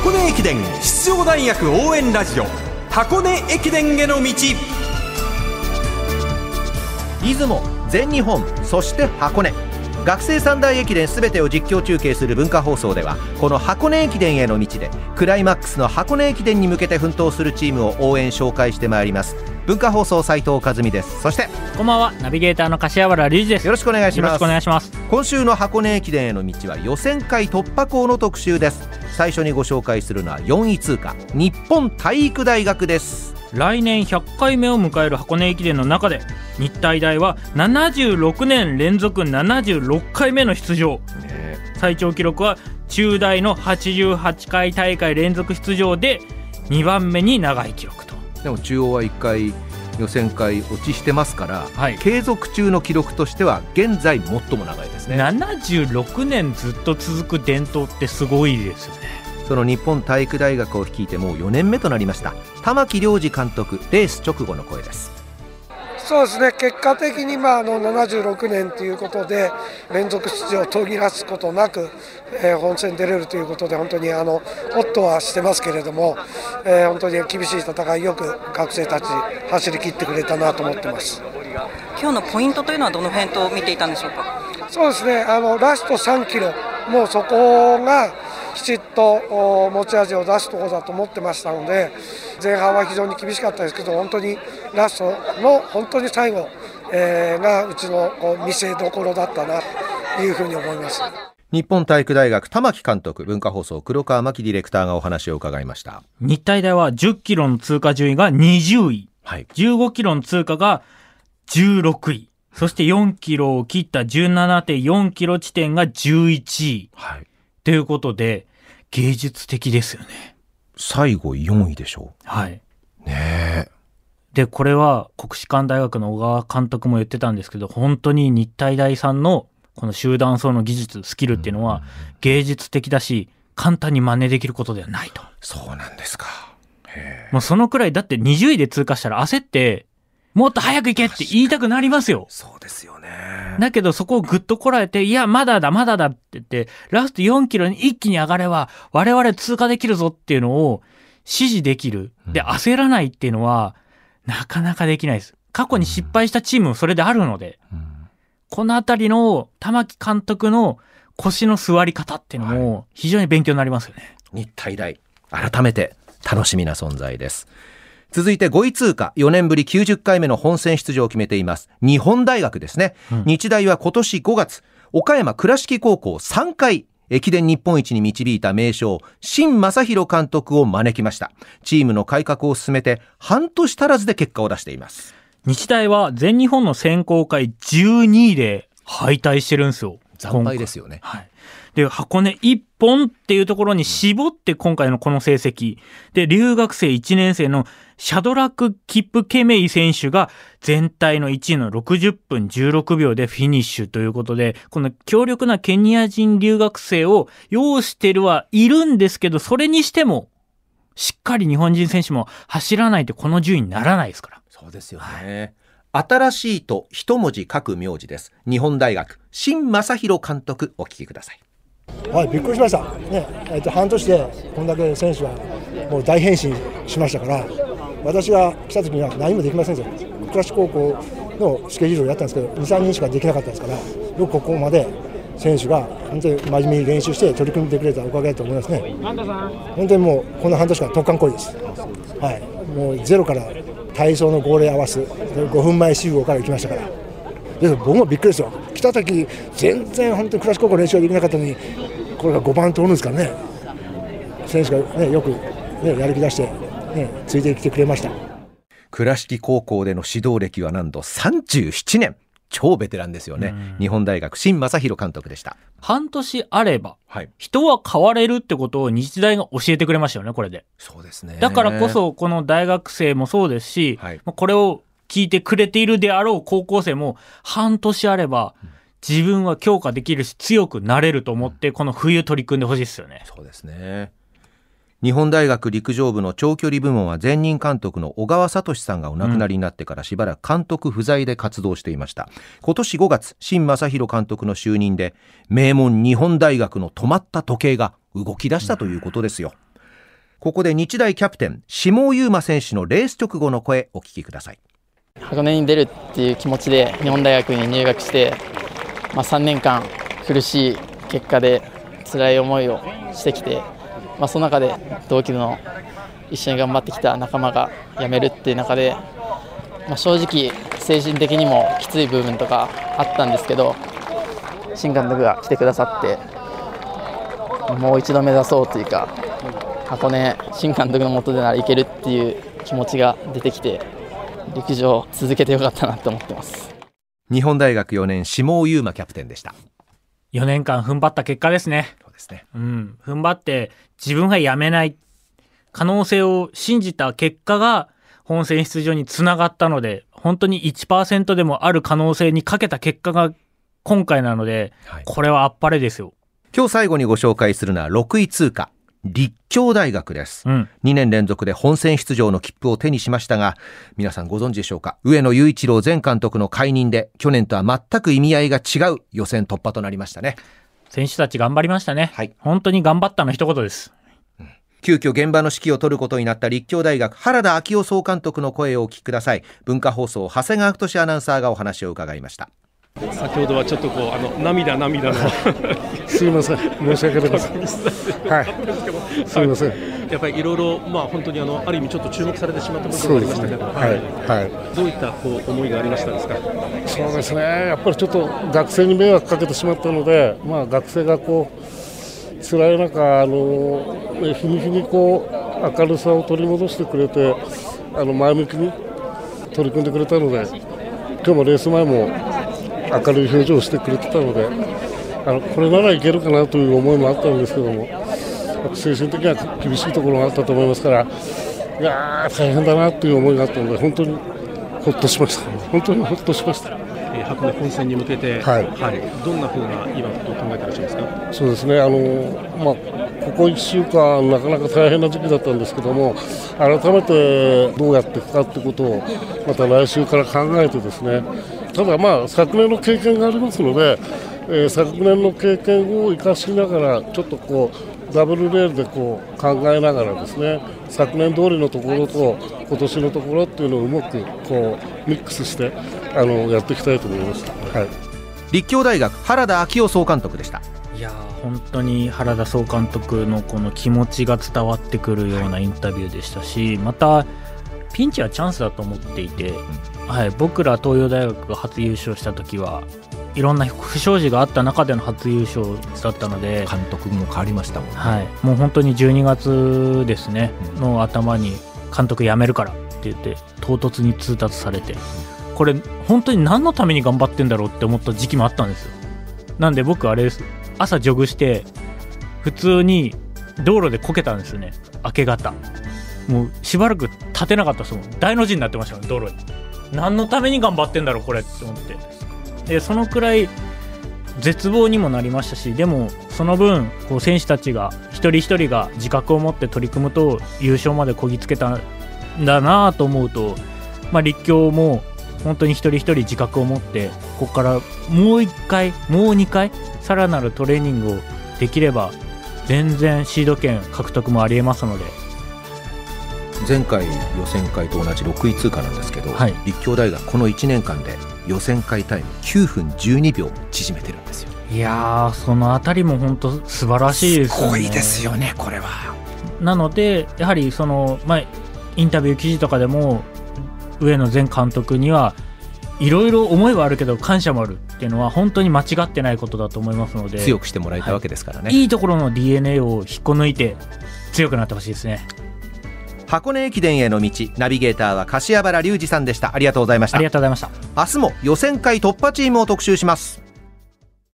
箱根駅伝出場大学応援ラジオ、箱根駅伝への道。 出雲、全日本、そして箱根、学生三大駅伝すべてを実況中継する文化放送では、この箱根駅伝への道でクライマックスの箱根駅伝に向けて奮闘するチームを応援紹介してまいります。文化放送斉藤和美です。そしてこんばんは、ナビゲーターの柏原隆二です。 よろしくお願いします。 よろしくお願いします。 今週の箱根駅伝への道は予選会突破校の特集です。最初にご紹介するのは4位通過、日本体育大学です。 来年100回目を迎える箱根駅伝の中で、日体大は76年連続76回目の出場、最長記録は中大の88回大会連続出場で2番目に長い記録と。 でも中央は1回予選会落ちしてますから、 はい、 継続中の記録としては現在最も長いですね。 76年ずっと続く伝統ってすごいですよね。 その日本体育大学を率いてもう4年目となりました玉城良二監督、レース直後の声です。 そうですね、結果的に76年ということで連続出場を途切らすことなく、本戦出れるということで、本当にホッとはしてますけれども、本当に厳しい戦い、よく学生たち走り切ってくれたなと思ってます。 今日のポイントというのはどの辺と見ていたんでしょうか。 そうですね、ラスト3キロ、もうそこがきちっと持ち味を出すところだと思ってましたので、前半は非常に厳しかったですけど、本当にラストの本当に最後、がうちの見せどころだったなというふうに思います。 日本体育大学玉城監督、文化放送黒川真希ディレクターがお話を伺いました。 日体大は10キロの通過順位が20位、はい、15キロの通過が16位、そして4キロを切った 17.4 キロ地点が11位、はい、ということで芸術的ですよね。 最後4位でしょう。 はい。 ねえ。 で、これは国士舘大学の小川監督も言ってたんですけど、本当に日体大さんのこの集団走の技術、スキルっていうのは芸術的だし、簡単に真似できることではないと。 そうなんですか。 もうそのくらい、だって20位で通過したら焦ってもっと早く行けって言いたくなりますよ。 そうですよね。 だけどそこをぐっとこらえて、いやまだだまだだって言ってラスト4キロに一気に上がれば我々通過できるぞっていうのを指示できる。で、焦らないっていうのはなかなかできないです。過去に失敗したチームもそれであるので、このあたりの玉城監督の腰の座り方っていうのも非常に勉強になりますよね。 日体大、改めて楽しみな存在です。続いて5位通過、4年ぶり90回目の本戦出場を決めています日本大学ですね、日大は今年5月岡山倉敷高校3回駅伝日本一に導いた名将新正弘監督を招きました。チームの改革を進めて半年足らずで結果を出しています。 日大は全日本の選考会12位で敗退してるんですよ。 惨敗ですよね。 はい。で、箱根1本っていうところに絞って今回のこの成績で、留学生1年生のシャドラク・キップケメイ選手が全体の1位の60分16秒でフィニッシュということで、この強力なケニア人留学生を擁してるはいるんですけど、それにしてもしっかり日本人選手も走らないとこの順位にならないですから。 そうですよね。新しいと一文字書く名字です。日本大学新正弘監督、お聞きください。 はい、びっくりしました、ね。半年でこんだけ選手がもう大変身しましたから、私が来た時には何もできませんでした。倉敷高校のスケジュールをやったんですけど 2,3 人しかできなかったですから、よくここまで選手が本当に真面目に練習して取り組んでくれたおかげだと思いますね。本当にもうこの半年間突貫行為です。はい、もうゼロから体操の号令合わす5分前集合から行きましたから、僕もびっくりですよ。来た時全然本当に倉敷高校練習ができなかったのに、これが5番通るんですからね。選手が、ね、よく、ね、やる気出して、ね、ついてきてくれました。 倉敷高校での指導歴はなんと37年、超ベテランですよね。日本大学新正弘監督でした。 半年あれば、人は変われるってことを日大が教えてくれましたよね、これで。 そうですね。 だからこそこの大学生もそうですし、これを聞いてくれているであろう高校生も半年あれば自分は強化できるし強くなれると思ってこの冬取り組んでほしいですよね。 そうですね。日本大学陸上部の長距離部門は前任監督の小川聡さんがお亡くなりになってからしばらく監督不在で活動していました。今年5月新正弘監督の就任で名門日本大学の止まった時計が動き出したということですよ。 ここで日大キャプテン下尾優真選手のレース直後の声お聞きください。 箱根に出るっていう気持ちで日本大学に入学して、3年間苦しい結果で辛い思いをしてきて、その中で同期の一緒に頑張ってきた仲間が辞めるっていう中で、正直精神的にもきつい部分とかあったんですけど、新監督が来てくださってもう一度目指そうというか、箱根新監督の下でならいけるっていう気持ちが出てきて、陸上を続けてよかったなと思ってます。 日本大学4年下尾優真キャプテンでした。 4年間踏ん張った結果ですね。 そうですね、 踏ん張って自分が辞めない可能性を信じた結果が本戦出場につながったので、本当に 1% でもある可能性にかけた結果が今回なので、これはあっぱれですよ。 今日最後にご紹介するのは6位通過立教大学です、2年連続で本戦出場の切符を手にしましたが、皆さんご存知でしょうか。上野雄一郎前監督の解任で去年とは全く意味合いが違う予選突破となりましたね。 選手たち頑張りましたね、本当に頑張ったの一言です。 急遽現場の指揮を取ることになった立教大学原田昭夫総監督の声をお聞きください。文化放送長谷川太アナウンサーがお話を伺いました。 先ほどはちょっと涙のすみません、申し訳ありませんすみません。 やっぱりいろいろ本当にある意味ちょっと注目されてしまった部分がありましたけど、どういった思いがありましたですか。 そうですね、やっぱりちょっと学生に迷惑かけてしまったので、学生が辛い中日に日に明るさを取り戻してくれて、前向きに取り組んでくれたので、今日もレース前も明るい表情をしてくれてたので、これならいけるかなという思いもあったんですけども、精神的には厳しいところがあったと思いますから、いやー大変だなという思いがあったので、本当にほっとしました。本当にほっとしました。 箱根本戦に向けて、どんなふうな今ことを考えていらっしゃいますか。 そうですね、ここ1週間なかなか大変な時期だったんですけども、改めてどうやっていくかということをまた来週から考えてですね、ただ昨年の経験がありますので、昨年の経験を生かしながらちょっとダブルレールで考えながらですね、昨年通りのところと今年のところっていうのをうまくミックスしてやっていきたいと思います。 立教大学原田昭夫総監督でした。 いや本当に原田総監督のこの気持ちが伝わってくるようなインタビューでしたし、またピンチはチャンスだと思っていて、僕ら東洋大学が初優勝した時はいろんな不祥事があった中での初優勝だったので、 監督も変わりましたもんね、 もう本当に12月ですね、の頭に監督辞めるからって言って唐突に通達されて、これ本当に何のために頑張ってんだろうって思った時期もあったんですよ。なんで僕あれです、朝ジョグして普通に道路でこけたんですよね。明け方もうしばらく立てなかったですもん。大の字になってましたね、道路に。何のために頑張ってんだろうこれって思って、でそのくらい絶望にもなりましたし、でもその分選手たちが一人一人が自覚を持って取り組むと優勝までこぎつけたんだなと思うと、立教も本当に一人一人自覚を持ってここからもう1回もう2回さらなるトレーニングをできれば全然シード権獲得もありえますので。 前回予選会と同じ6位通過なんですけど、立教大学この1年間で予選会タイム9分12秒縮めてるんですよ。 いやー、そのあたりも本当素晴らしいですよね。 すごいですよね、これは。 なのでやはりインタビュー記事とかでも上野前監督にはいろいろ思いはあるけど感謝もあるっていうのは本当に間違ってないことだと思いますので、 強くしてもらえたわけですからね、 いいところの DNA を引っこ抜いて強くなってほしいですね。 箱根駅伝への道、ナビゲーターは柏原隆二さんでした。ありがとうございました。 ありがとうございました。 明日も予選会突破チームを特集します。